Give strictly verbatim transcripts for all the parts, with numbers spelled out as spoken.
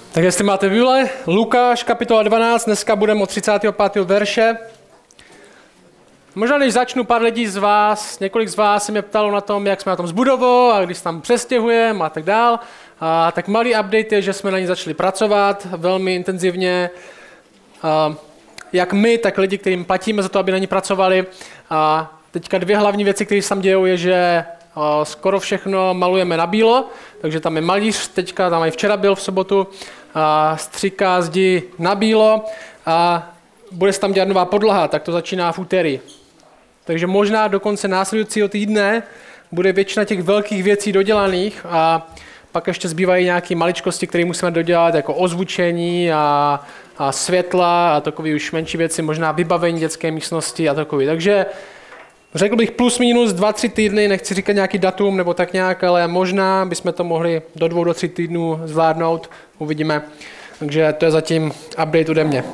Tak jestli máte Bible, Lukáš, kapitola dvanáct, dneska budeme od třicátého pátého verše. Možná než začnu, pár lidí z vás, několik z vás se mě ptalo na tom, jak jsme na tom s budovou a když se tam přestěhujeme a tak dál. A tak malý update je, že jsme na ní začali pracovat velmi intenzivně. A jak my, tak lidi, kterým platíme za to, aby na ní pracovali. A teďka dvě hlavní věci, které se tam dějou, je, že skoro všechno malujeme na bílo, takže tam je malíř, teďka tam i včera byl v sobotu, a stříká zdi na bílo a bude se tam dělat nová podlaha, tak to začíná v úterý. Takže možná do konce následujícího týdne bude většina těch velkých věcí dodělaných a pak ještě zbývají nějaké maličkosti, které musíme dodělat, jako ozvučení a, a světla a takové už menší věci, možná vybavení dětské místnosti a takové. Takže řekl bych plus minus dva, tři týdny, nechci říkat nějaký datum nebo tak nějak, ale možná bychom to mohli do dvou, do tří týdnů zvládnout, uvidíme. Takže to je zatím update ode mě.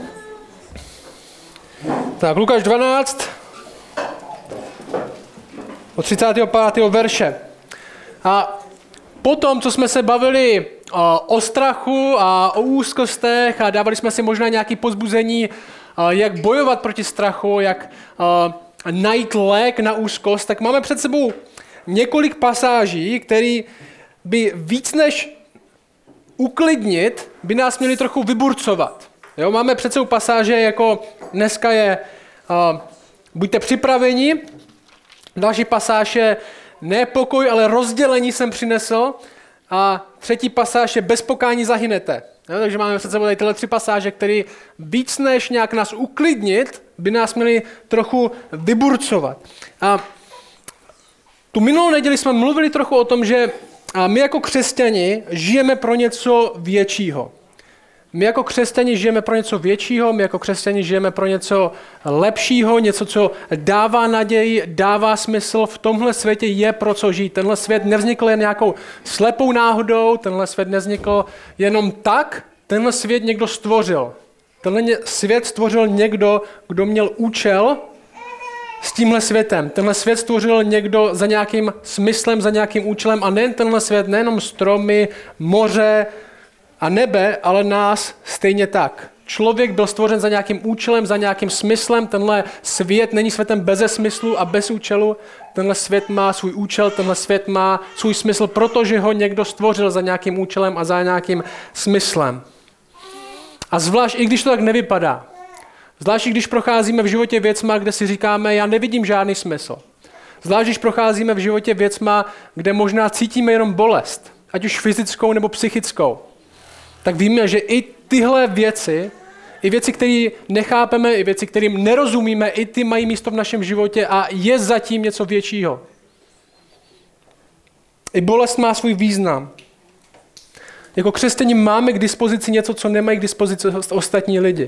Tak, Lukáš dvanáct, od třicátého pátého verše. A potom, co jsme se bavili o, o strachu a o úzkostech a dávali jsme si možná nějaké pozbuzení, jak bojovat proti strachu, jak najít lék na úzkost, tak máme před sebou několik pasáží, které by víc než uklidnit, by nás měly trochu vyburcovat. Jo, máme před sebou pasáže, jako dneska je uh, buďte připraveni, další pasáž je ne pokoj, ale rozdělení jsem přinesl a třetí pasáž je bez pokání zahynete. Jo, takže máme před sebou tady tyhle tři pasáže, které víc než nějak nás uklidnit, by nás měli trochu vyburcovat. A tu minulou neděli jsme mluvili trochu o tom, že my jako křesťani žijeme pro něco většího. My jako křesťani žijeme pro něco většího, my jako křesťani žijeme pro něco lepšího, něco, co dává naději, dává smysl. V tomhle světě je pro co žít. Tenhle svět nevznikl jen nějakou slepou náhodou, tenhle svět nevznikl jenom tak, tenhle svět někdo stvořil. Tenhle svět stvořil někdo, kdo měl účel s tímhle světem. Tenhle svět stvořil někdo za nějakým smyslem, za nějakým účelem a nejen tenhle svět, nejenom stromy, moře a nebe, ale nás stejně tak. Člověk byl stvořen za nějakým účelem, za nějakým smyslem. Tenhle svět není světem beze smyslu a bez účelu. Tenhle svět má svůj účel, tenhle svět má svůj smysl, protože ho někdo stvořil za nějakým účelem a za nějakým smyslem. A zvlášť, i když to tak nevypadá, zvlášť, když procházíme v životě věcma, kde si říkáme, já nevidím žádný smysl. Zvlášť, když procházíme v životě věcma, kde možná cítíme jenom bolest, ať už fyzickou nebo psychickou, tak víme, že i tyhle věci, i věci, které nechápeme, i věci, kterým nerozumíme, i ty mají místo v našem životě a je zatím něco většího. I bolest má svůj význam. Jako křesťané máme k dispozici něco, co nemají k dispozici ostatní lidi.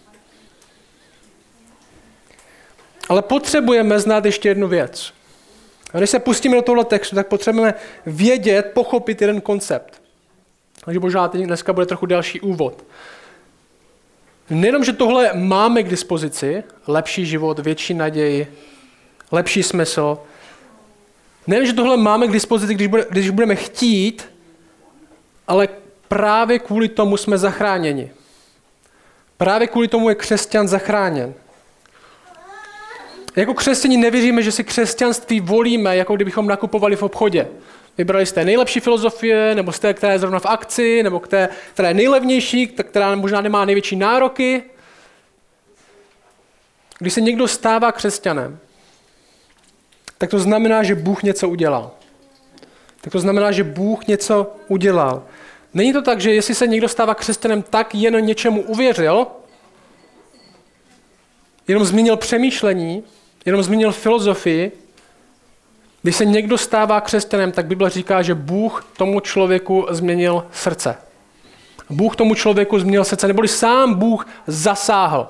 Ale potřebujeme znát ještě jednu věc. A když se pustíme do tohle textu, tak potřebujeme vědět, pochopit jeden koncept. Takže možná dneska bude trochu delší úvod. Nejenom, že tohle máme k dispozici, lepší život, větší naději, lepší smysl. Nejenom, že tohle máme k dispozici, když, bude, když budeme chtít, ale právě kvůli tomu jsme zachráněni. Právě kvůli tomu je křesťan zachráněn. Jako křesťani nevěříme, že si křesťanství volíme, jako kdybychom nakupovali v obchodě. Vybrali jste nejlepší filozofie, nebo z té, která je zrovna v akci, nebo té, která je nejlevnější, která možná nemá největší nároky. Když se někdo stává křesťanem, tak to znamená, že Bůh něco udělal. Tak to znamená, že Bůh něco udělal. Není to tak, že jestli se někdo stává křesťanem, tak jen něčemu uvěřil, jenom změnil přemýšlení, jenom změnil filozofii. Když se někdo stává křesťanem, tak Bible říká, že Bůh tomu člověku změnil srdce. Bůh tomu člověku změnil srdce, neboli sám Bůh zasáhl.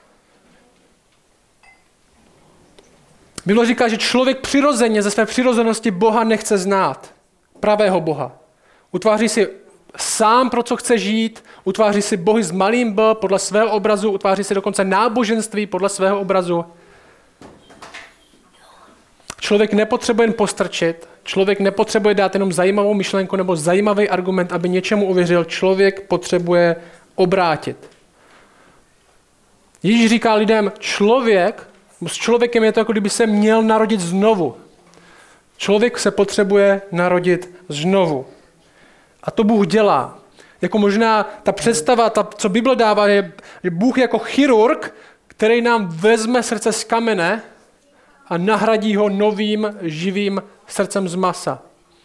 Bible říká, že člověk přirozeně ze své přirozenosti Boha nechce znát. Pravého Boha. Utváří si sám, pro co chce žít, utváří si bohy s malým b podle svého obrazu, utváří si dokonce náboženství podle svého obrazu. Člověk nepotřebuje jen postrčit, Člověk nepotřebuje dát jenom zajímavou myšlenku nebo zajímavý argument, aby něčemu uvěřil. Člověk potřebuje obrátit. Ježíš říká lidem, člověk, s člověkem je to, jako kdyby se měl narodit znovu. Člověk se potřebuje narodit znovu. A to Bůh dělá. Jako možná ta představa, ta, co Bible dává, je, že Bůh jako chirurg, který nám vezme srdce z kamene a nahradí ho novým, živým srdcem z masa.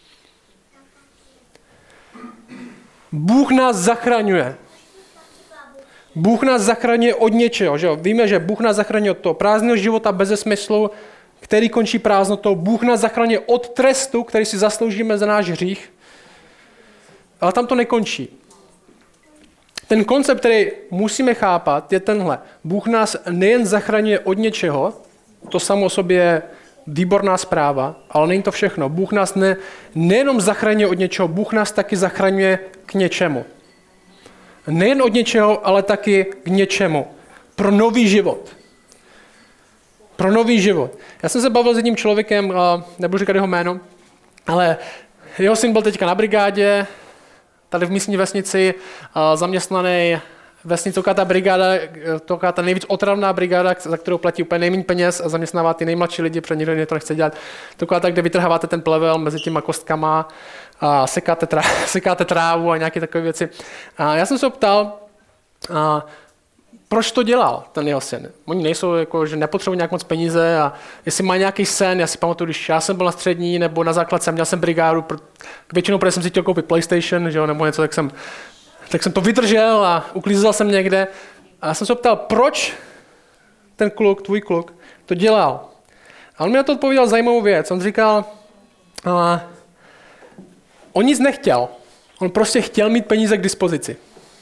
Bůh nás zachraňuje. Bůh nás zachraňuje od něčeho. Že jo? Víme, že Bůh nás zachraňuje od toho prázdného života beze smyslu, který končí prázdnotou. Bůh nás zachraňuje od trestu, který si zasloužíme za náš hřích. Ale tam to nekončí. Ten koncept, který musíme chápat, je tenhle. Bůh nás nejen zachraňuje od něčeho, to samo o sobě je výborná zpráva, ale není to všechno. Bůh nás ne, nejenom zachraňuje od něčeho, Bůh nás taky zachraňuje k něčemu. Nejen od něčeho, ale taky k něčemu. Pro nový život. Pro nový život. Já jsem se bavil s jedním člověkem, nebudu říkat jeho jméno, ale jeho syn byl teďka na brigádě, tady v místní vesnici, zaměstnaný vesnici, taková ta brigáda, taková ta nejvíc otravná brigáda, za kterou platí úplně nejméně peněz a zaměstnává ty nejmladší lidi, protože nikdo to nechce dělat. Taková ta, kde vytrháváte ten plevel mezi těma kostkama a sekáte, trá, sekáte trávu a nějaké takové věci. A já jsem se ho ptal, a proč to dělal ten jeho syn. Oni nejsou, jako, že nepotřebují nějak moc peníze a jestli má nějaký sen, já si pamatuju, když já jsem byl na střední nebo na základce, měl jsem brigádu, většinou, protože jsem si chtěl koupit PlayStation, že jo, nebo něco, tak jsem, tak jsem to vydržel a uklízel jsem někde. A já jsem se ptal, proč ten kluk, tvůj kluk, to dělal. A on mi na to odpověděl zajímavou věc. On říkal, uh, on nic nechtěl. On prostě chtěl mít peníze k dispozici.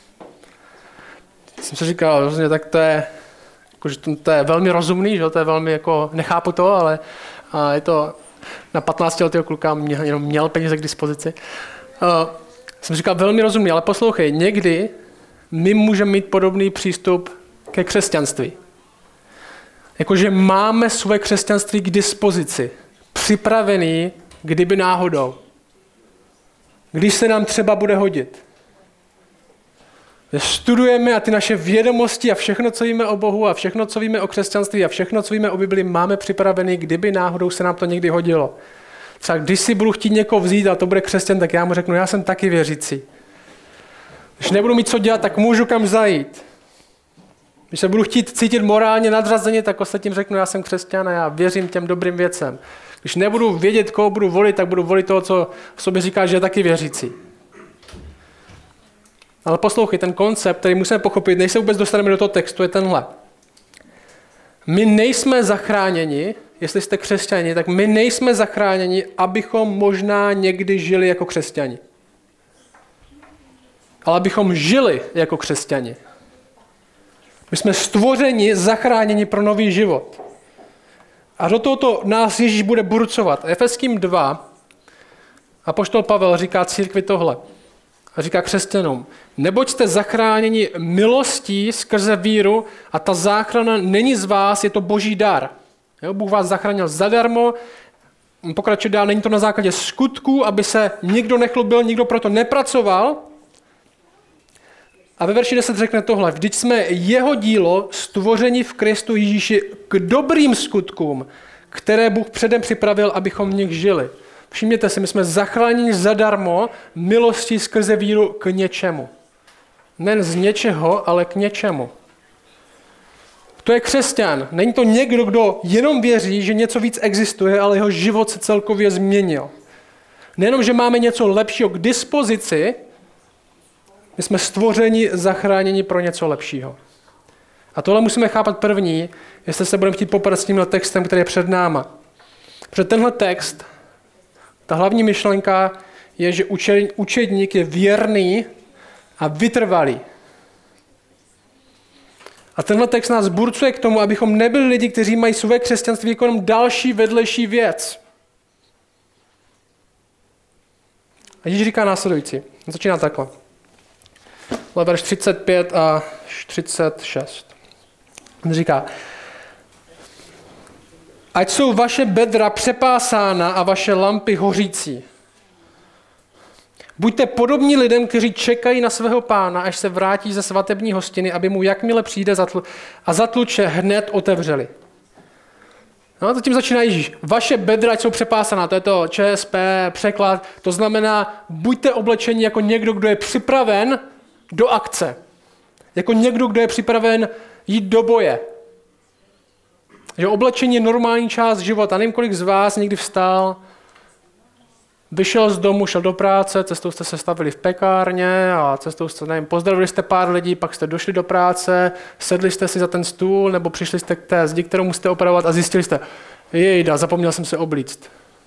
Jsem si říkal, vlastně, tak to je, jako, že to, to je velmi rozumný, že? To je velmi, jako, nechápu to, ale a je to na patnáctiletého kluka mě, jenom měl peníze k dispozici. Uh, jsem říkal, velmi rozumný, ale poslouchej, někdy my můžeme mít podobný přístup ke křesťanství. Jakože máme svoje křesťanství k dispozici, připravený, kdyby náhodou. Když se nám třeba bude hodit. Studujeme a ty naše vědomosti a všechno, co víme o Bohu a všechno, co víme o křesťanství a všechno, co víme o Bibli, máme připravený, kdyby náhodou se nám to někdy hodilo. Třeba když si budu chtít někoho vzít a to bude křesťan, tak já mu řeknu, já jsem taky věřící. Když nebudu mít co dělat, tak můžu kam zajít. Když se budu chtít cítit morálně nadřazeně, tak ostatním řeknu, já jsem křesťan a já věřím těm dobrým věcem. Když nebudu vědět, koho budu volit, tak budu volit toho, co v sobě říká, že je taky věřící. Ale poslouchej, ten koncept, který musíme pochopit, než se vůbec dostaneme do toho textu, je tenhle. My nejsme zachráněni, jestli jste křesťani, tak my nejsme zachráněni, abychom možná někdy žili jako křesťani. Ale abychom žili jako křesťani. My jsme stvořeni, zachráněni pro nový život. A do tohoto nás Ježíš bude burcovat. Efeským dva, apoštol Pavel říká církvi tohle. A říká křesťanům, neboť jste zachráněni milostí skrze víru a ta záchrana není z vás, je to boží dar. Jo, Bůh vás zachránil zadarmo, pokračuje dál, není to na základě skutků, aby se nikdo nechlubil, nikdo proto nepracoval. A ve verši deset řekne tohle, vždyť jsme jeho dílo stvoření v Kristu Ježíši k dobrým skutkům, které Bůh předem připravil, abychom v nich žili. Všimněte si, my jsme zachráněni zadarmo milostí skrze víru k něčemu. Nen z něčeho, ale k něčemu. To je křesťan. Není to někdo, kdo jenom věří, že něco víc existuje, ale jeho život se celkově změnil. Nejenom, že máme něco lepšího k dispozici, my jsme stvořeni, zachráněni pro něco lepšího. A tohle musíme chápat první, jestli se budeme chtít poprat s tímhle textem, který je před náma. Protože tenhle text, ta hlavní myšlenka je, že učedník je věrný a vytrvalý. A tenhle text nás burcuje k tomu, abychom nebyli lidi, kteří mají své křesťanství jako jenom další vedlejší věc. A Ježíš říká následující. Začíná takhle. Verš třicet pět a třicet šest. On říká, Ať jsou vaše bedra přepásána a vaše lampy hořící. Buďte podobní lidem, kteří čekají na svého pána, až se vrátí ze svatební hostiny, aby mu jakmile přijde zatl- a zatluče hned otevřeli. No, to tím začíná Ježíš. Vaše bedra jsou přepásaná, to je to ČSP, překlad. To znamená, buďte oblečeni jako někdo, kdo je připraven do akce. Jako někdo, kdo je připraven jít do boje. Že oblečení je normální část života. Nevím, kolik z vás někdy vstal, vyšel z domu, šel do práce, cestou jste se stavili v pekárně a cestou jste, nevím, pozdravili jste pár lidí, pak jste došli do práce, sedli jste si za ten stůl nebo přišli jste k té zdi, kterou musíte opravovat a zjistili jste, jejda, zapomněl jsem se oblíct.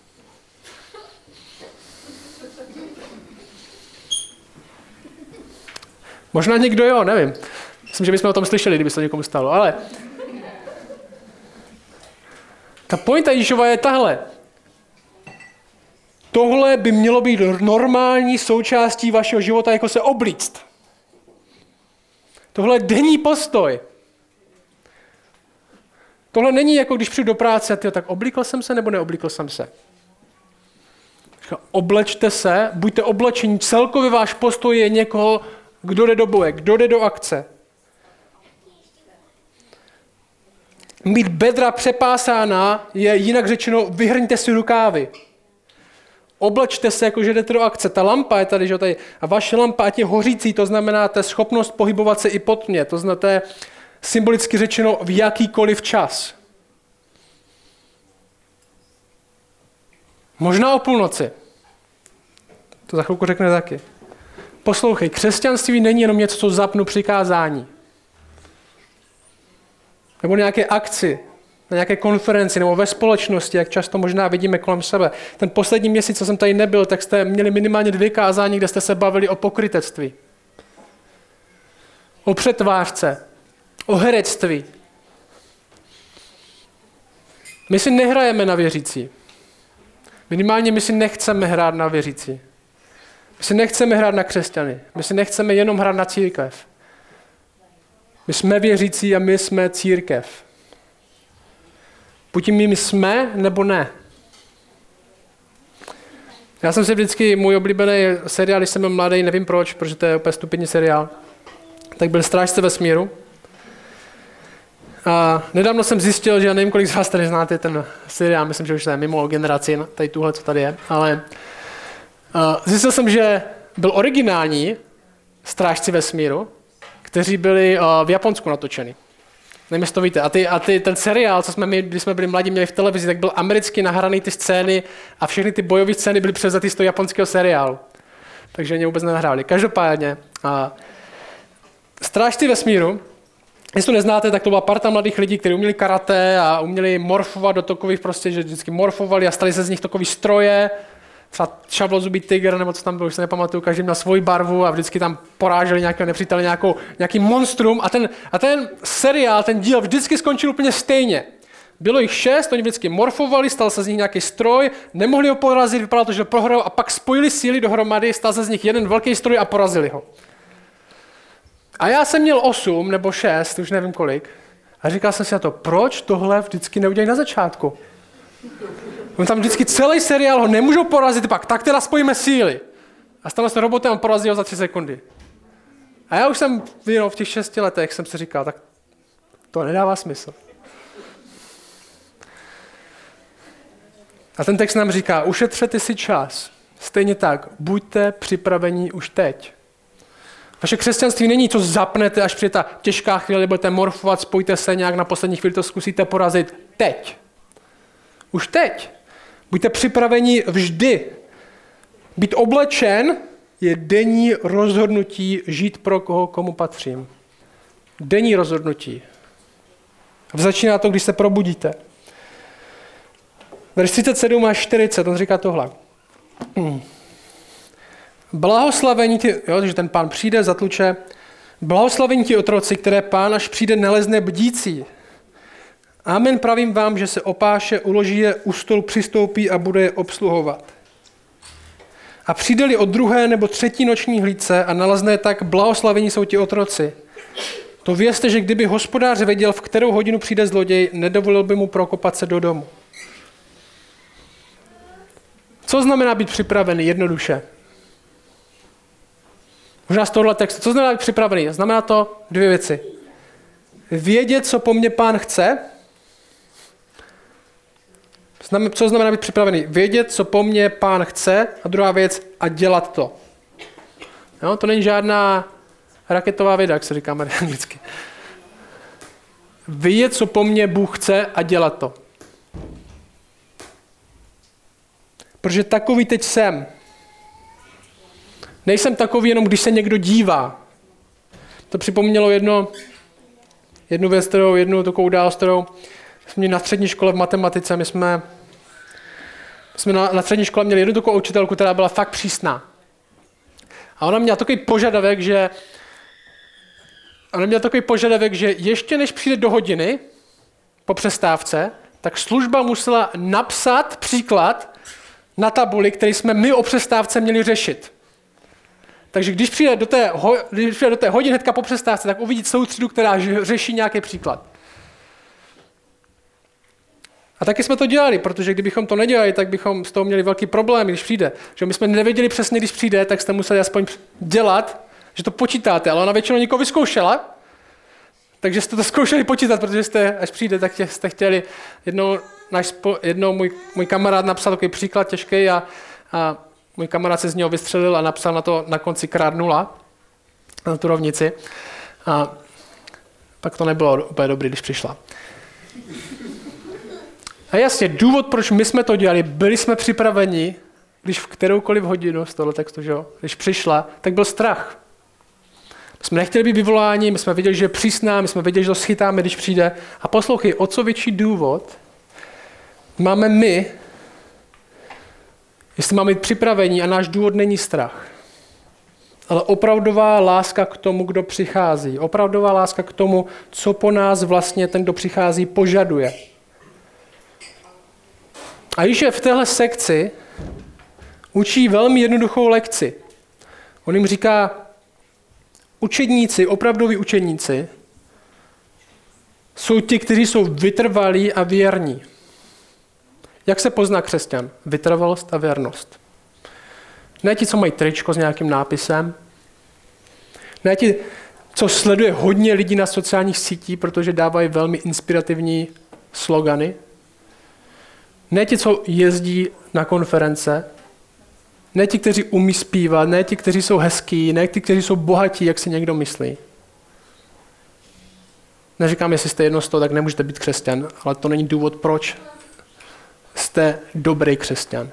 Možná někdo jo, nevím. Myslím, že bychom o tom slyšeli, kdyby se někomu stalo, ale ta pointa Ježíšova je tahle. Tohle by mělo být normální součástí vašeho života, jako se oblíct. Tohle je denní postoj. Tohle není jako když přijdu do práce a tyjo, tak oblíkl jsem se nebo neoblíkl jsem se. Oblečte se, buďte oblečení. Celkově váš postoj je někoho, kdo jde do boje, kdo jde do akce. Mít bedra přepásána je jinak řečeno, vyhrňte si rukávy. Oblečte se, jako že jdete do akce. Ta lampa je tady, že tady. A vaše lampa, ať je hořící, to znamená, to je schopnost pohybovat se i pod tmě. To znamená, to je symbolicky řečeno v jakýkoliv čas. Možná o půlnoci. To za chvilku řekne taky. Poslouchej, křesťanství není jenom něco, co zapnu přikázání. Nebo nějaké akci, na nějaké konferenci, nebo ve společnosti, jak často možná vidíme kolem sebe. Ten poslední měsíc, co jsem tady nebyl, tak jste měli minimálně dvě kázání, kde jste se bavili o pokrytectví. O přetvářce. O herectví. My si nehrajeme na věřící. Minimálně my si nechceme hrát na věřící. My si nechceme hrát na křesťany. My si nechceme jenom hrát na církev. My jsme věřící a my jsme církev. Buď my jsme, nebo ne. Já jsem si vždycky, můj oblíbený seriál, když jsem byl mladý, nevím proč, protože to je úplně stupidní seriál, tak byl Strážce vesmíru. A nedávno jsem zjistil, že já nevím, kolik z vás tady znáte ten seriál, myslím, že už je mimo generaci, tady tuhle, co tady je, ale zjistil jsem, že byl originální Strážci vesmíru, kteří byli v Japonsku natočeni. Nevím, jestli to víte. A, ty, a ty, ten seriál, co jsme my, když jsme byli mladí, měli v televizi, tak byl americky nahraný ty scény a všechny ty bojové scény byly převzaty z toho japonského seriálu. Takže mě vůbec nenahráli. Každopádně, a Strážci vesmíru, jestli to neznáte, tak to byla parta mladých lidí, kteří uměli karate a uměli morfovat do takových prostě, že vždycky morfovali a stali se z nich takový stroje, třeba šablozubý tygr, nebo co tam bylo, už se nepamatuju, každý měl svoji barvu a vždycky tam poráželi nějakého nepřítele, nějakou, nějaký monstrum a ten, a ten seriál, ten díl vždycky skončil úplně stejně. Bylo jich šest, oni vždycky morfovali, stal se z nich nějaký stroj, nemohli ho porazit, vypadalo to, že prohrál a pak spojili síly dohromady, stal se z nich jeden velký stroj a porazili ho. A já jsem měl osm nebo šest, už nevím kolik, a říkal jsem si na to, proč tohle vždycky neudělají na začátku? On tam vždycky celý seriál ho nemůžou porazit, pak tak teda spojíme síly. A stalo se robotem a porazil ho za tři sekundy. A já už jsem you v těch šesti letech jsem si říkal, tak to nedává smysl. A ten text nám říká, ušetřete si čas. Stejně tak, buďte připraveni už teď. Vaše křesťanství není, co zapnete, až přijde ta těžká chvíle, budete morfovat, spojte se nějak, na poslední chvíli to zkusíte porazit. Teď. Už teď. Buďte připraveni vždy. Být oblečen je denní rozhodnutí žít pro koho, komu patřím. Denní rozhodnutí. A začíná to, když se probudíte. Verš třicet sedm až čtyřicet, on říká tohle. Hmm. Blahoslavení ti, jo, že ten pán přijde, zatluče. Blahoslavení ti otroci, které pán, až přijde, nelezne bdící. Amen, pravím vám, že se opáše, uloží je, u stolu přistoupí a bude je obsluhovat. A přijde-li od druhé nebo třetí noční hlídce a nalezne tak, blahoslavení jsou ti otroci, To vězte, že kdyby hospodář věděl, v kterou hodinu přijde zloděj, nedovolil by mu prokopat se do domu. Co znamená být připravený? Jednoduše. Možná z tohohle textu. Co znamená být připravený? Znamená to dvě věci. Vědět, co po mně Pán chce. Co znamená být připravený? Vědět, co po mně Pán chce. A druhá věc, a dělat to. Jo, to není žádná raketová věda, jak se říká anglicky. Vědět, co po mně Bůh chce a dělat to. Protože takový teď jsem. Nejsem takový jenom, když se někdo dívá. To připomnělo jedno, jednu věc, kterou, jednu takovou událost, kterou jsme měli na střední škole v matematice. My jsme, jsme na, na střední škole měli jednu takovou učitelku, která byla fakt přísná. A ona měla takový požadavek, že ona měla takový požadavek, že ještě než přijde do hodiny po přestávce, tak služba musela napsat příklad na tabuli, který jsme my o přestávce měli řešit. Takže když přijde do té, když přijde do té hodiny hnedka po přestávce, tak uvidí celou třídu, která řeší nějaký příklad. A taky jsme to dělali, protože kdybychom to nedělali, tak bychom z toho měli velký problém, když přijde. Že my jsme nevěděli přesně, když přijde, tak jste museli aspoň dělat, že to počítáte, ale ona většinou někoho vyzkoušela, takže jste to zkoušeli počítat, protože jste, až přijde, tak jste chtěli, jednou, náš spo, jednou můj, můj kamarád napsal takový příklad těžký a, a můj kamarád se z něho vystřelil a napsal na to na konci krát nula, na tu rovnici. A pak to nebylo úplně dobrý, když přišla. A jasně, důvod, proč my jsme to dělali, byli jsme připraveni, když v kteroukoliv hodinu z tohle textu, že jo, když přišla, tak byl strach. My jsme nechtěli být vyvoláni, my jsme věděli, že je přísná, my jsme věděli, že to schytáme, když přijde. A poslouchej, o co větší důvod máme my, jestli máme být připraveni a náš důvod není strach. Ale opravdová láska k tomu, kdo přichází. Opravdová láska k tomu, co po nás vlastně ten, kdo přichází, požaduje. A Ježíš v téhle sekci učí velmi jednoduchou lekci. On jim říká, učedníci, opravdoví učedníci, jsou ti, kteří jsou vytrvalí a věrní. Jak se pozná křesťan? Vytrvalost a věrnost. Ne ti, co mají tričko s nějakým nápisem. Ne ti, co sleduje hodně lidí na sociálních sítích, protože dávají velmi inspirativní slogany. Ne ti, co jezdí na konference. Ne ti, kteří umí zpívat. Ne ti, kteří jsou hezký. Ne ti, kteří jsou bohatí, jak si někdo myslí. Neříkám, jestli jste jedno z toho, tak nemůžete být křesťan, ale to není důvod, proč jste dobrý křesťan.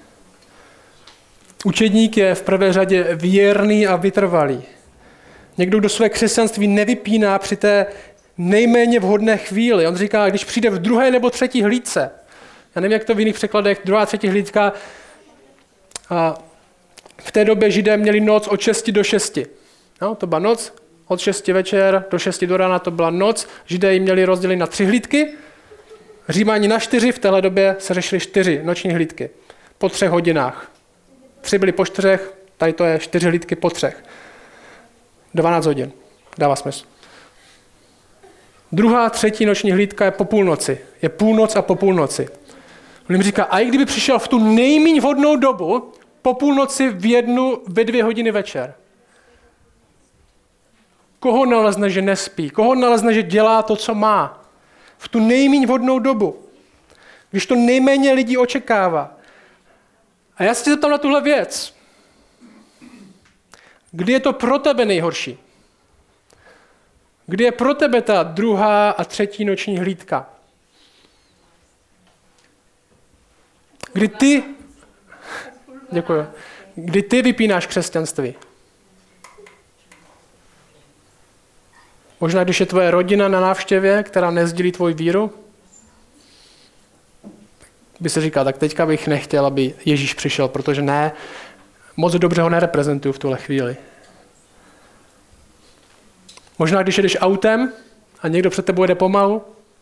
Učedník je v prvé řadě věrný a vytrvalý. Někdo, kdo své křesťanství nevypíná při té nejméně vhodné chvíli. On říká, když přijde v druhé nebo třetí hlídce. Já nevím, jak to v jiných překladech, druhá, třetí hlídka. A v té době Židé měli noc od šesti do šesti. No, to byla noc, od šesti večer do šesti do rána to byla noc. Židé ji měli rozdělit na tři hlídky. Římani na čtyři, v téhle době se řešily čtyři noční hlídky. Po třech hodinách. Tři byly po čtyřech, tady to je čtyři hlídky po třech. dvanáct hodin. Dává smysl. Druhá, třetí noční hlídka je po půlnoci. Je půlnoc a po půlnoci. On jim říká, a i kdyby přišel v tu nejméně vhodnou dobu, po půlnoci v jednu, ve dvě hodiny večer. Koho nalezne, že nespí? Koho nalezne, že dělá to, co má? V tu nejméně vhodnou dobu. Když to nejméně lidí očekává. A já se tě zeptám na tuhle věc. Kdy je to pro tebe nejhorší? Kdy je pro tebe ta druhá a třetí noční hlídka? Kdy ty... Děkuji. Kdy ty vypínáš křesťanství? Možná, když je tvoje rodina na návštěvě, která nesdílí tvoji víru, by se říkal, tak teďka bych nechtěl, aby Ježíš přišel, protože ne, moc dobře ho nereprezentuju v tuhle chvíli. Možná, když jedeš autem a někdo před tebou jede pomalu.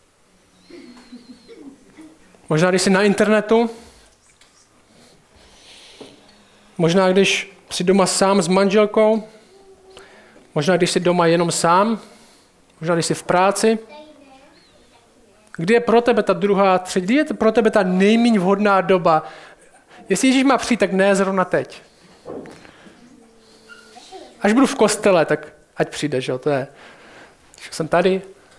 Možná, když jsi na internetu. Možná, když jsi doma sám s manželkou. Možná, když jsi doma jenom sám. Možná, když jsi v práci. Kdy je pro tebe ta druhá, třetí, kdy je pro tebe ta nejméně vhodná doba? Jestli Ježíš má přijít, tak ne zrovna teď. Až budu v kostele, tak ať přijde, že jo, to je. Jsem tady.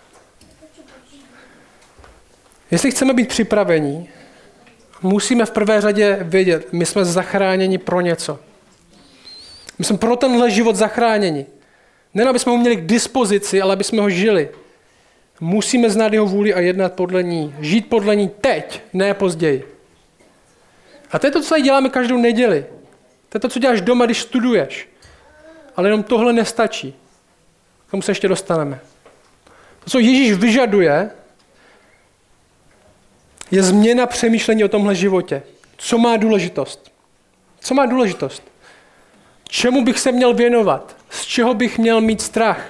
Jestli chceme být připraveni, musíme v prvé řadě vědět, my jsme zachráněni pro něco. My jsme pro tenhle život zachráněni. Ne, aby jsme ho měli k dispozici, ale aby jsme ho žili. Musíme znát jeho vůli a jednat podle ní. Žít podle ní teď, ne později. A to je to, co tady děláme každou neděli. To je to, co děláš doma, když studuješ. Ale jenom tohle nestačí. K tomu se ještě dostaneme. To, co Ježíš vyžaduje, je změna přemýšlení o tomhle životě. Co má důležitost? Co má důležitost? Čemu bych se měl věnovat? Z čeho bych měl mít strach?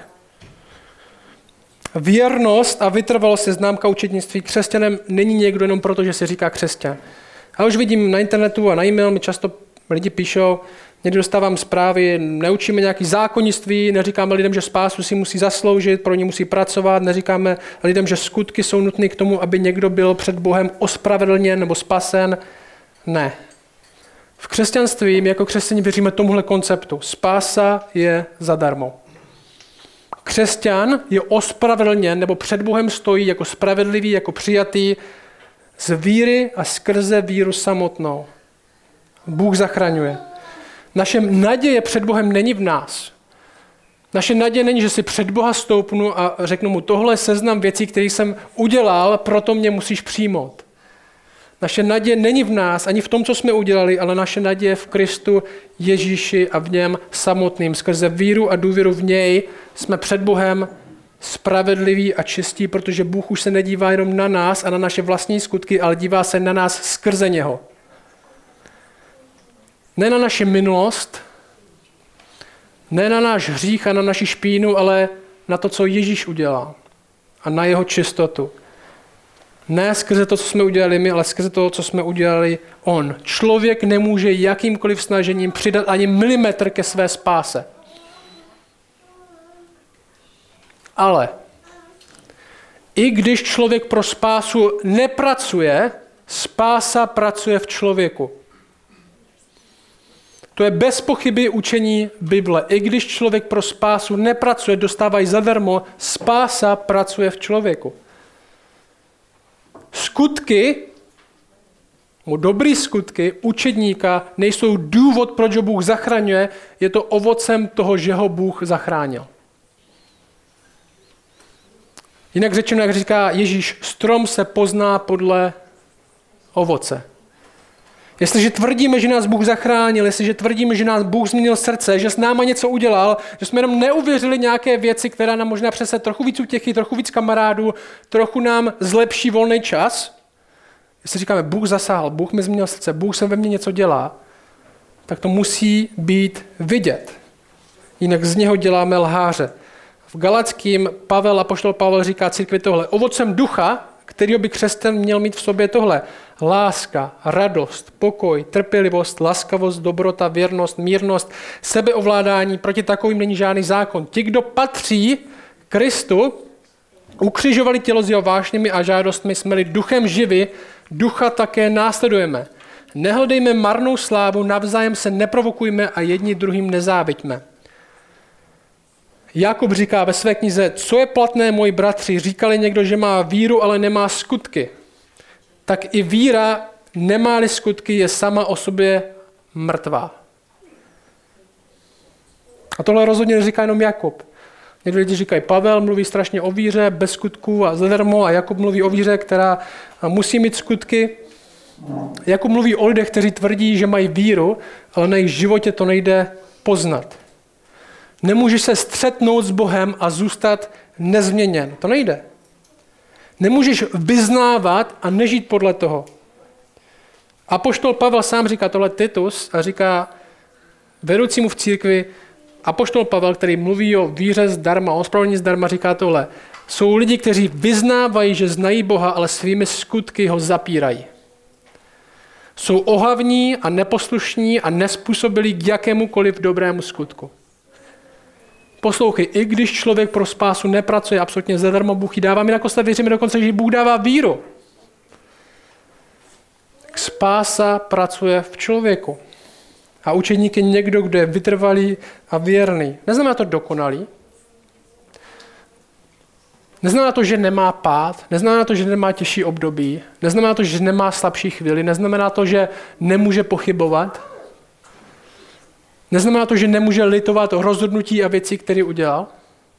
Věrnost a vytrvalost je známka učednictví. Křesťanem není někdo jenom proto, že se říká křesťan. A už vidím na internetu a na e-mail mi často lidi píšou, někdy dostávám zprávy, neučíme nějaké zákonnictví, neříkáme lidem, že spásu si musí zasloužit, pro ně musí pracovat, neříkáme lidem, že skutky jsou nutné k tomu, aby někdo byl před Bohem ospravedlněn nebo spasen. Ne. V křesťanství my jako křesťané věříme tomuhle konceptu. Spása je zadarmo. Křesťan je ospravedlněn nebo před Bohem stojí jako spravedlivý, jako přijatý z víry a skrze víru samotnou. Bůh zachraňuje. Naše naděje před Bohem není v nás. Naše naděje není, že si před Boha stoupnu a řeknu mu, tohle je seznam věcí, které jsem udělal, proto mě musíš přijmout. Naše naděje není v nás, ani v tom, co jsme udělali, ale naše naděje v Kristu Ježíši a v něm samotným. Skrze víru a důvěru v něj jsme před Bohem spravedliví a čistí, protože Bůh už se nedívá jenom na nás a na naše vlastní skutky, ale dívá se na nás skrze něho. Ne na naši minulost, ne na náš hřích a na naši špínu, ale na to, co Ježíš udělal a na jeho čistotu. Ne skrze to, co jsme udělali my, ale skrze to, co jsme udělali on. Člověk nemůže jakýmkoliv snažením přidat ani milimetr ke své spáse. Ale i když člověk pro spásu nepracuje, spása pracuje v člověku. To je bez pochyby učení Bible. I když člověk pro spásu nepracuje, dostávají zadarmo, spása pracuje v člověku. Skutky, dobrý skutky učedníka nejsou důvod, proč ho Bůh zachraňuje, je to ovocem toho, že ho Bůh zachránil. Jinak řečeno, jak říká Ježíš, strom se pozná podle ovoce. Jestliže tvrdíme, že nás Bůh zachránil, jestliže tvrdíme, že nás Bůh změnil srdce, že s náma něco udělal, že jsme jenom neuvěřili nějaké věci, která nám možná přese trochu víc útěchy, trochu víc kamarádů, trochu nám zlepší volný čas, jestli říkáme, Bůh zasáhl, Bůh mi změnil srdce, Bůh se ve mně něco dělá, tak to musí být vidět. Jinak z něho děláme lháře. V Galackým Pavel, apoštol Pavel říká církvi tohle. Ovocem ducha, kterýho by křesťan měl mít v sobě tohle. Láska, radost, pokoj, trpělivost, laskavost, dobrota, věrnost, mírnost, sebeovládání. Proti takovým není žádný zákon. Ti, kdo patří Kristu, ukřižovali tělo s jeho vášněmi a žádostmi, jsme-li duchem živi, ducha také následujeme. Nehledejme marnou slávu, navzájem se neprovokujme a jedni druhým nezáviďme. Jakub říká ve své knize, co je platné, moji bratři, říkali někdo, že má víru, ale nemá skutky. Tak i víra, nemá-li skutky, je sama o sobě mrtvá. A tohle rozhodně neříká jenom Jakub. Někdo lidi říkají, Pavel mluví strašně o víře, bez skutků a zadarmo, a Jakub mluví o víře, která musí mít skutky. Jakub mluví o lidech, kteří tvrdí, že mají víru, ale na jejich životě to nejde poznat. Nemůžeš se střetnout s Bohem a zůstat nezměněn. To nejde. Nemůžeš vyznávat a nežít podle toho. Apoštol Pavel sám říká tohle Titus a říká vedoucímu v církvi, apoštol Pavel, který mluví o víře zdarma, o ospravedlnění zdarma, říká tohle. Jsou lidi, kteří vyznávají, že znají Boha, ale svými skutky ho zapírají. Jsou ohavní a neposlušní a nespůsobili k jakémukoliv dobrému skutku. poslouchej, i když člověk pro spásu nepracuje absolutně zadarmo, Bůh ji dává. My na kostele věříme dokonce, že Bůh dává víru. Spása pracuje v člověku. A učedník je někdo, kdo je vytrvalý a věrný. Neznamená to dokonalý. Neznamená to, že nemá pád. Neznamená to, že nemá těžší období. Neznamená to, že nemá slabší chvíli. Neznamená to, že nemůže pochybovat. Neznamená to, že nemůže litovat o rozhodnutí a věcí, které udělal.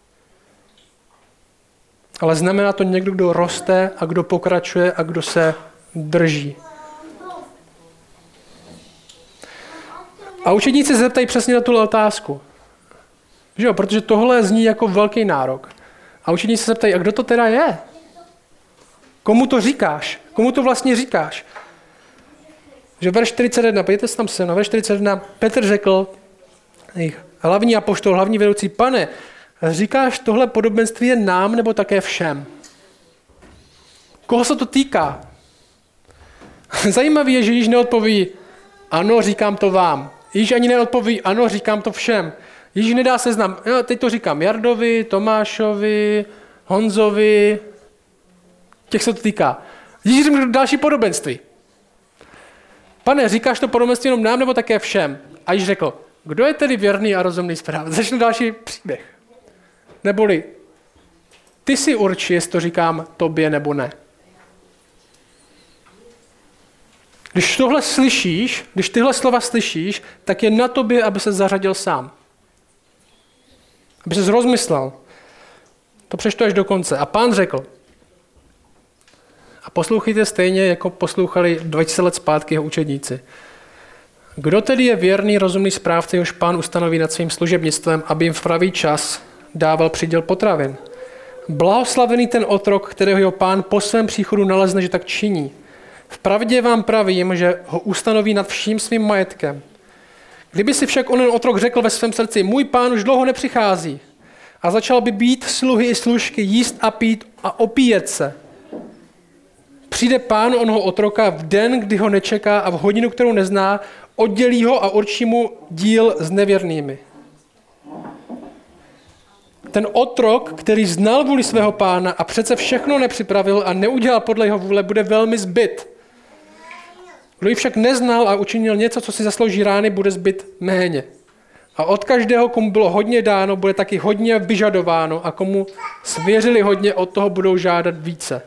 Ale znamená to někdo, kdo roste a kdo pokračuje a kdo se drží. A učedníci se zeptají přesně na tuhle otázku. Že jo? Protože tohle zní jako velký nárok. A učedníci se zeptají, a kdo to teda je? Komu to říkáš? Komu to vlastně říkáš? Že verš čtyřicet jedna, pojďte se tam sem, na verš čtyřicet jedna, Petr řekl, hlavní apoštol, hlavní vedoucí, pane, říkáš tohle podobenství je nám nebo také všem? Koho se to týká? Zajímavé je, že Ježíš neodpoví, ano, říkám to vám. Ježíš ani neodpoví, ano, říkám to všem. Ježíš nedá seznam, no, teď to říkám Jardovi, Tomášovi, Honzovi, těch se to týká. Ježíš řekl další podobenství. Pane, říkáš to podobenství jenom nám nebo také všem? A Ježíš řekl, kdo je tedy věrný a rozumný správce? Začne další příběh. Neboli, ty si urči, jestli to říkám tobě nebo ne. Když tohle slyšíš, když tyhle slova slyšíš, tak je na tobě, aby se zařadil sám. Aby se rozmyslel. To přečtu až do konce. A Pán řekl, a poslouchejte stejně, jako poslouchali dva tisíce let zpátky jeho učedníci. Kdo tedy je věrný, rozumný správce, jehož Pán ustanoví nad svým služebnictvem, aby jim v pravý čas dával přiděl potravin? Blahoslavený ten otrok, kterého jeho Pán po svém příchodu nalezne, že tak činí. Vpravdě vám pravím, že ho ustanoví nad vším svým majetkem. Kdyby si však onen otrok řekl ve svém srdci, můj Pán už dlouho nepřichází, a začal by být sluhy i služky, jíst a pít a opíjet se, přijde Pán onoho otroka v den, kdy ho nečeká a v hodinu, kterou nezná, oddělí ho a určí mu díl s nevěrnými. Ten otrok, který znal vůli svého pána a přece všechno nepřipravil a neudělal podle jeho vůle, bude velmi zbyt. Kdo ji však neznal a učinil něco, co si zaslouží rány, bude zbyt méně. A od každého, komu bylo hodně dáno, bude taky hodně vyžadováno a komu svěřili hodně, od toho budou žádat více.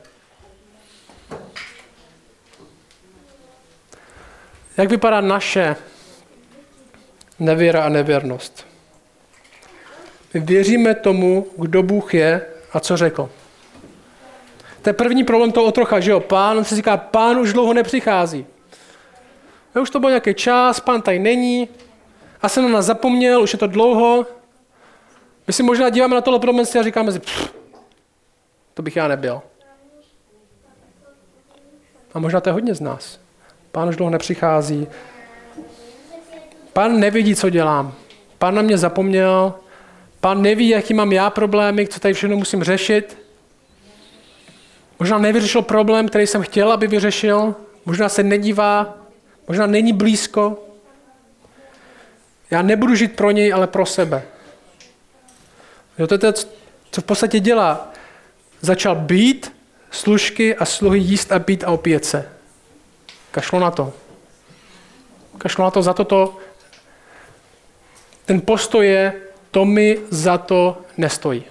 Jak vypadá naše nevěra a nevěrnost? My věříme tomu, kdo Bůh je a co řekl. To je první problém toho otroka, že jo? Pán, on si říká, Pán už dlouho nepřichází. A už to byl nějaký čas, Pán tady není, a se na nás zapomněl, už je to dlouho. My si možná díváme na tohle podobenství a říkáme si, to bych já nebyl. A možná to je hodně z nás. Pán už dlouho nepřichází. Pán nevidí, co dělám. Pán na mě zapomněl. Pán neví, jaký mám já problémy, co tady všechno musím řešit. Možná nevyřešil problém, který jsem chtěl, aby vyřešil. Možná se nedívá. Možná není blízko. Já nebudu žít pro něj, ale pro sebe. Jo, to je to, co v podstatě dělá. Začal být služky a sluhy jíst a pít a opíjet se. Kašlo na to. Kašlo na to, za toto. Ten postoj je, to mi za to nestojí.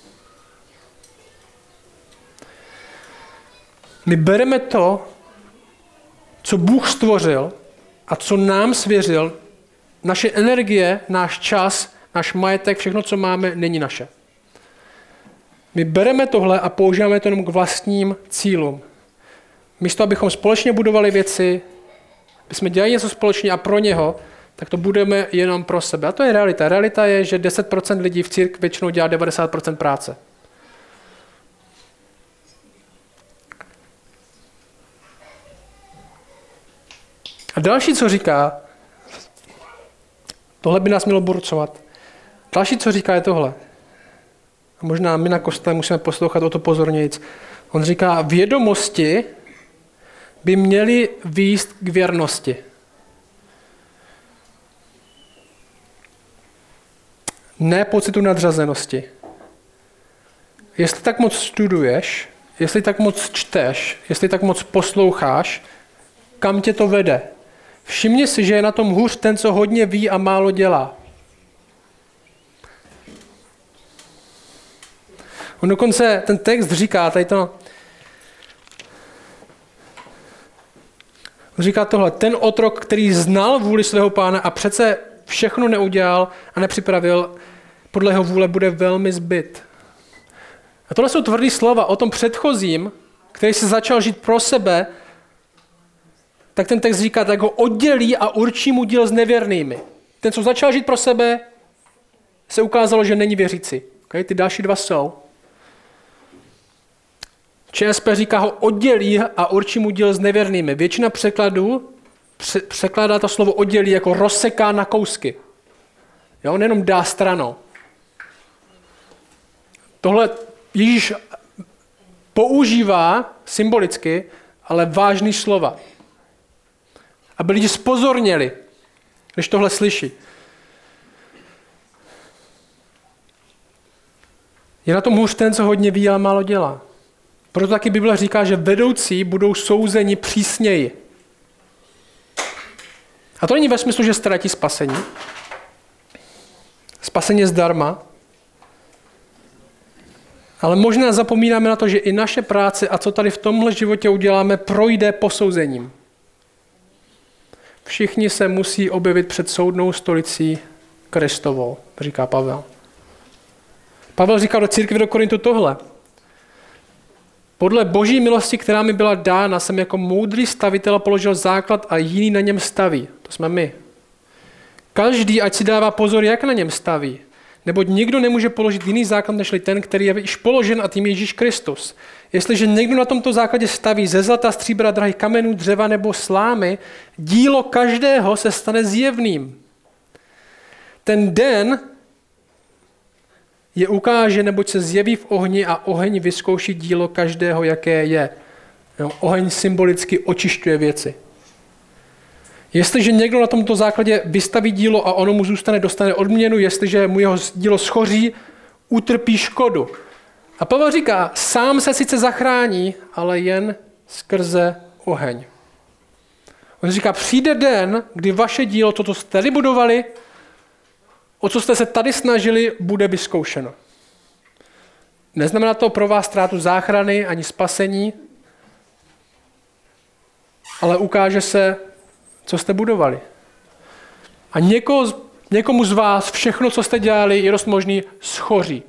My bereme to, co Bůh stvořil a co nám svěřil, naše energie, náš čas, náš majetek, všechno, co máme, není naše. My bereme tohle a používáme to jenom k vlastním cílům. Místo, abychom společně budovali věci, abychom dělali něco společně a pro něho, tak to budeme jenom pro sebe. A to je realita. Realita je, že deset procent lidí v církvi většinou dělá devadesát procent práce. A další, co říká, tohle by nás mělo burcovat. Další, co říká, je tohle. A možná my na kostele musíme poslouchat o to pozornějc. On říká, vědomosti by měly vést k věrnosti. Ne pocitu nadřazenosti. Jestli tak moc studuješ, jestli tak moc čteš, jestli tak moc posloucháš, kam tě to vede? Všimni si, že je na tom hůř ten, co hodně ví a málo dělá. On dokonce, ten text říká, tady to, on říká tohle, ten otrok, který znal vůli svého pána a přece všechno neudělal a nepřipravil, podle jeho vůle bude velmi zbyt. A tohle jsou tvrdý slova o tom předchozím, který se začal žít pro sebe, tak ten text říká, tak ho oddělí a určí mu díl s nevěrnými. Ten, co začal žít pro sebe, se ukázalo, že není věřící. Okay? Ty další dva jsou. ČSP říká, ho oddělí a určí mu díl s nevěrnými. Většina překladů překládá to slovo oddělí jako rozseká na kousky. Jo? On jenom dá stranou. Tohle Ježíš používá symbolicky, ale vážný slova. Aby lidi zpozorněli, když tohle slyší. Je na tom hůř ten, co hodně ví, ale málo dělá. Proto taky Bible říká, že vedoucí budou souzeni přísněji. A to není ve smyslu, že ztratí spasení. Spasení je zdarma. Ale možná zapomínáme na to, že i naše práce a co tady v tomhle životě uděláme, projde posouzením. Všichni se musí objevit před soudnou stolicí Kristovou, říká Pavel. Pavel říká do církve do Korintu tohle. Podle boží milosti, která mi byla dána, jsem jako moudrý stavitel položil základ a jiný na něm staví. To jsme my. Každý, ať si dává pozor, jak na něm staví. Neboť nikdo nemůže položit jiný základ, nežli ten, který je již položen, a tím je Ježíš Kristus. Jestliže někdo na tomto základě staví ze zlata, stříbra, drahých kamenů, dřeva nebo slámy, dílo každého se stane zjevným. Ten den je ukáže, neboť se zjeví v ohni a oheň vyzkouší dílo každého, jaké je. Jo, oheň symbolicky očišťuje věci. Jestliže někdo na tomto základě vystaví dílo a ono mu zůstane, dostane odměnu, jestliže mu jeho dílo schoří, utrpí škodu. A Pavel říká, sám se sice zachrání, ale jen skrze oheň. On říká, přijde den, kdy vaše dílo, to, co jste tady budovali, o co jste se tady snažili, bude vyzkoušeno. Neznamená to pro vás ztrátu záchrany ani spasení, ale ukáže se, co jste budovali. A někoho, někomu z vás všechno, co jste dělali, je dost možný, schoří.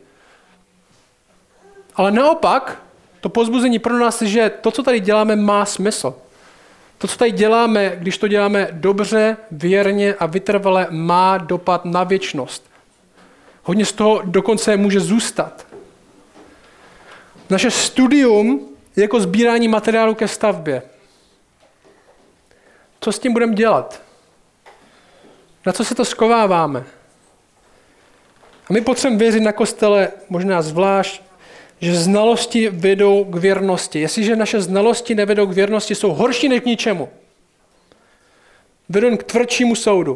Ale naopak, to povzbuzení pro nás je, že to, co tady děláme, má smysl. To, co tady děláme, když to děláme dobře, věrně a vytrvale, má dopad na věčnost. Hodně z toho dokonce může zůstat. Naše studium je jako sbírání materiálu ke stavbě. Co s tím budeme dělat? Na co se to schováváme? A my potřebujeme věřit na kostele, možná zvlášť, že znalosti vedou k věrnosti. Jestliže naše znalosti nevedou k věrnosti, jsou horší než k ničemu. Vedou k tvrdšímu soudu.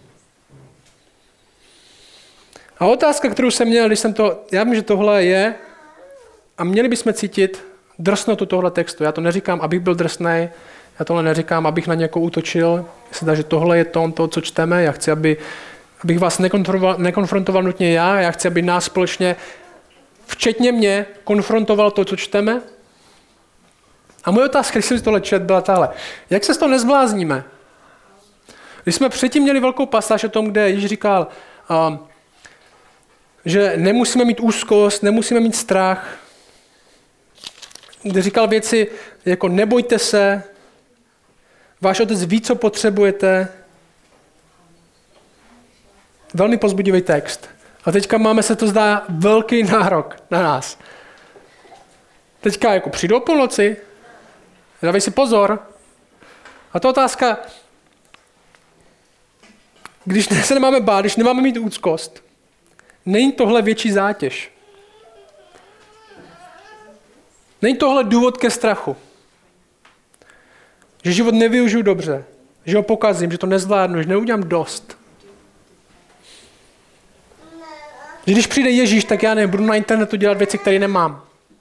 A otázka, kterou jsem měl, když jsem to, já vím, že tohle je, a měli bychom cítit drsnotu tohle textu. Já to neříkám, abych byl drsnej, já tohle neříkám, abych na někoho útočil. Myslím, že tohle je tón toho, co čteme. Já chci, aby, abych vás nekonfrontoval, nekonfrontoval nutně já, já chci, aby nás společně, včetně mě, konfrontoval to, co čteme. A moje otázka, když jsem si tohle čet, byla tahle. Jak se z toho nezblázníme? Když jsme předtím měli velkou pasáž o tom, kde Ježíš říkal, um, že nemusíme mít úzkost, nemusíme mít strach, kde říkal věci jako nebojte se, váš otec ví, co potřebujete. Velmi povzbudivý text. A teďka máme, se to zdá, velký nárok na nás. Teďka jako přijdu o půlnoci, dávej si pozor. A to otázka, když se nemáme bát, když nemáme mít úzkost, není tohle větší zátěž. Není tohle důvod ke strachu. Že život nevyužiju dobře, že ho pokazím, že to nezvládnu, že neudělám dost. Že když přijde Ježíš, tak já nebudu na internetu dělat věci, které nemám.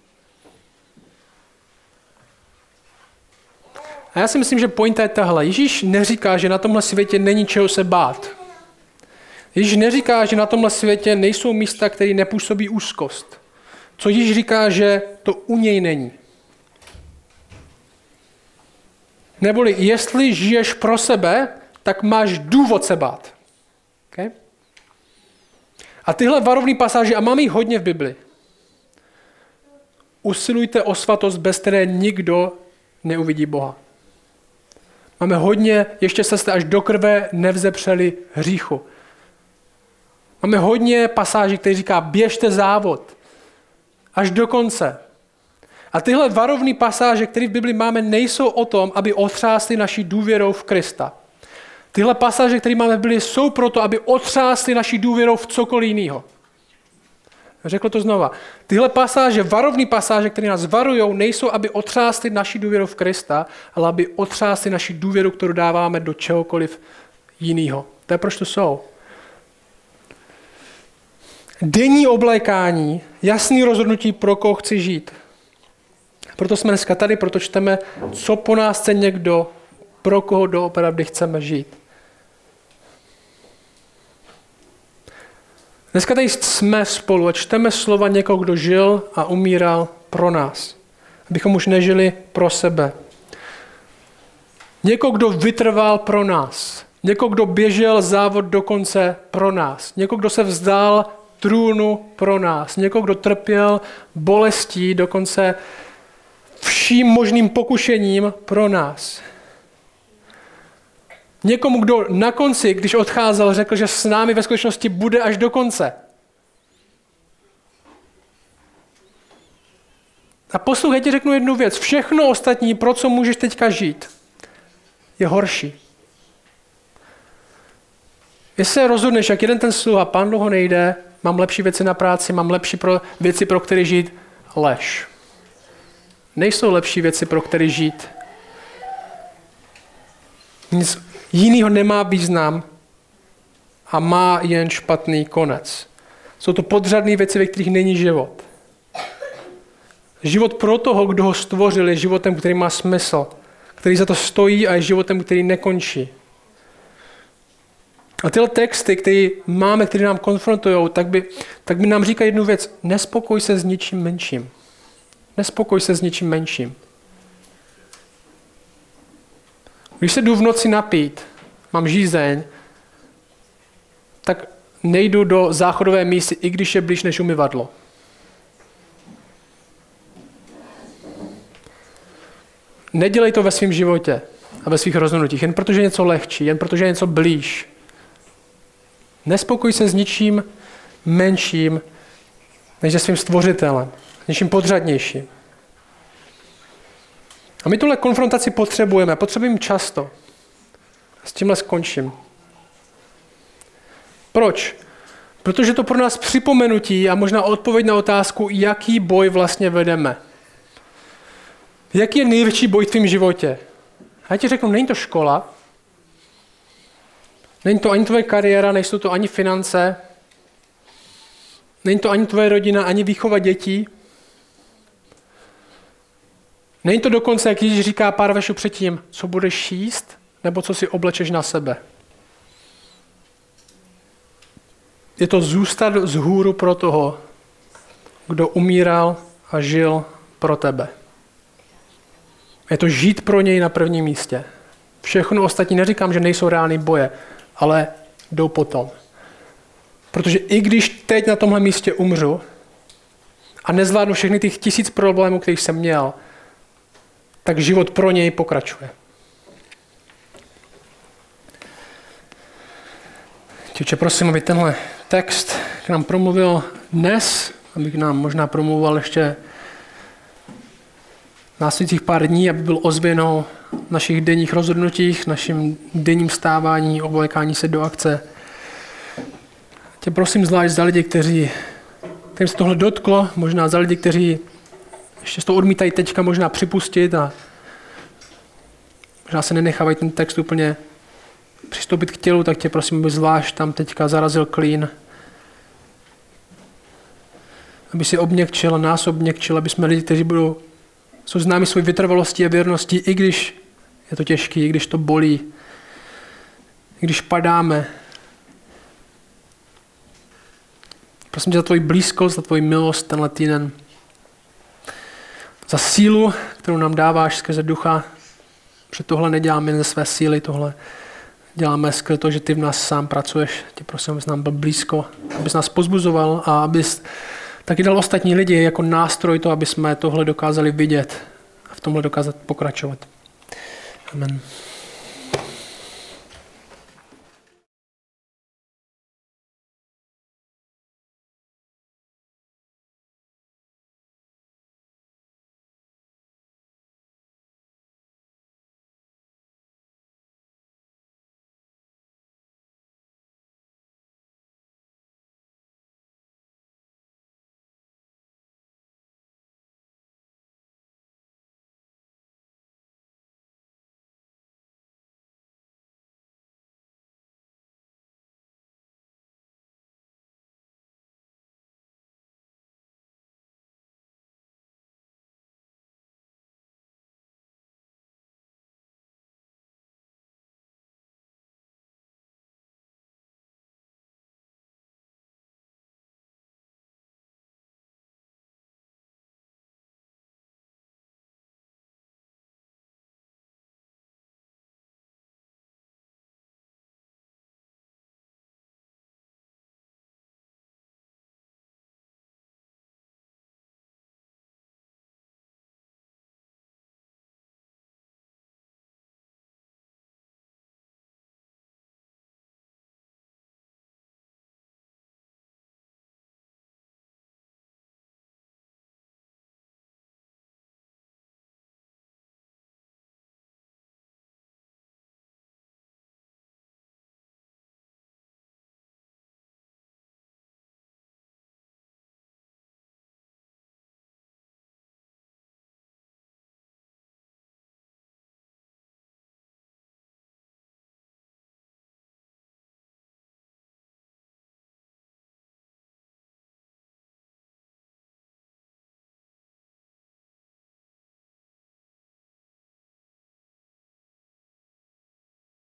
A já si myslím, že pointa je tahle. Ježíš neříká, že na tomhle světě není čeho se bát. Ježíš neříká, že na tomhle světě nejsou místa, které nepůsobí úzkost. Co Ježíš říká, že to u něj není. Neboli jestli žiješ pro sebe, tak máš důvod se bát. Okay? A tyhle varovné pasáže, a mám jich hodně v Bibli, usilujte o svatost, bez které nikdo neuvidí Boha. Máme hodně, ještě se jste až do krve nevzepřeli hříchu. Máme hodně pasáží, které říká, běžte závod. Až do konce. A tyhle varovné pasáže, které v Bibli máme, nejsou o tom, aby otřásly naší důvěrou v Krista. Tyhle pasáže, které máme v Bibli, jsou proto, aby otřásly naší důvěrou v cokoliv jiného. Řekl to znova. Tyhle pasáže, varovné pasáže, které nás varujou, nejsou, aby otřásly naší důvěrou v Krista, ale aby otřásly naší důvěru, kterou dáváme do čehokoliv jiného. To je, proč to jsou. Denní oblékání, jasný rozhodnutí, pro koho chci žít. Proto jsme dneska tady, proto čteme, co po nás chce někdo, pro koho doopravdy chceme žít. Dneska tady jsme spolu a čteme slova někoho, kdo žil a umíral pro nás. Abychom už nežili pro sebe. Někoho, kdo vytrval pro nás. Někoho, kdo běžel závod do konce pro nás. Někoho, kdo se vzdal trůnu pro nás. Někoho, kdo trpěl bolestí, dokonce vším možným pokušením pro nás. Někomu, kdo na konci, když odcházel, řekl, že s námi ve skutečnosti bude až do konce. A poslouchej, ti řeknu jednu věc. Všechno ostatní, pro co můžeš teďka žít, je horší. Jestli se rozhodneš, jak jeden ten sluha, pán dlouho nejde, mám lepší věci na práci, mám lepší pro věci, pro které žít, lež. Nejsou lepší věci, pro které žít. Nic jiného nemá význam a má jen špatný konec. Jsou to podřadné věci, ve kterých není život. Život pro toho, kdo ho stvořil, je životem, který má smysl, který za to stojí a je životem, který nekončí. A tyhle texty, které máme, které nám konfrontují, tak by, tak by nám říkají jednu věc. Nespokoj se s ničím menším. Nespokoj se s ničím menším. Když se jdu v noci napít, mám žízeň, tak nejdu do záchodové místy, i když je blíž než umyvadlo. Nedělej to ve svém životě a ve svých rozhodnutích, jen protože je něco lehčí, jen protože je něco blíž. Nespokoj se s ničím menším, než se svým stvořitelem, něčím podřadnějším. A my tuhle konfrontaci potřebujeme, potřebujeme často. S tímhle skončím. Proč? Protože to pro nás připomenutí a možná odpověď na otázku, jaký boj vlastně vedeme. Jaký je největší boj v tvém životě? A já ti řeknu, není to škola, není to ani tvoje kariéra, nejsou to ani finance, není to ani tvoje rodina, ani výchova dětí. Není to dokonce, jak Ježíš říká pár veršů předtím, co budeš jíst, nebo co si oblečeš na sebe. Je to zůstat vzhůru pro toho, kdo umíral a žil pro tebe. Je to žít pro něj na prvním místě. Všechno ostatní, neříkám, že nejsou reální boje, ale jdou potom. Protože i když teď na tomhle místě umřu a nezvládnu všechny těch tisíc problémů, kterých jsem měl, tak život pro něj pokračuje. Těče, prosím, aby tenhle text k nám promluvil dnes, aby k nám možná promluval ještě následujících pár dní, aby byl ozvěnou našich denních rozhodnutích, našim denním stávání, oblékání se do akce. Tě prosím zvlášť za lidi, kteří, kterým se tohle dotklo, možná za lidi, kteří ještě to odmítají teďka možná připustit a možná se nenechávají ten text úplně přistoupit k tělu, tak tě prosím, aby zvlášť tam teďka zarazil klín. aby si obměkčil a nás obměkčil, aby jsme lidi, kteří budou, jsou známi svou vytrvalostí a věrností, i když je to těžké, i když to bolí, i když padáme. Prosím tě za tvoji blízkost, za tvoji milost tenhle týden. Za sílu, kterou nám dáváš skrze ducha, že tohle neděláme jen ze své síly, tohle děláme skrze to, že ty v nás sám pracuješ. Tě prosím, abys nám byl blízko, abys nás pozbuzoval a abys taky dal ostatní lidi jako nástroj to, aby jsme tohle dokázali vidět a v tomhle dokázat pokračovat. Amen.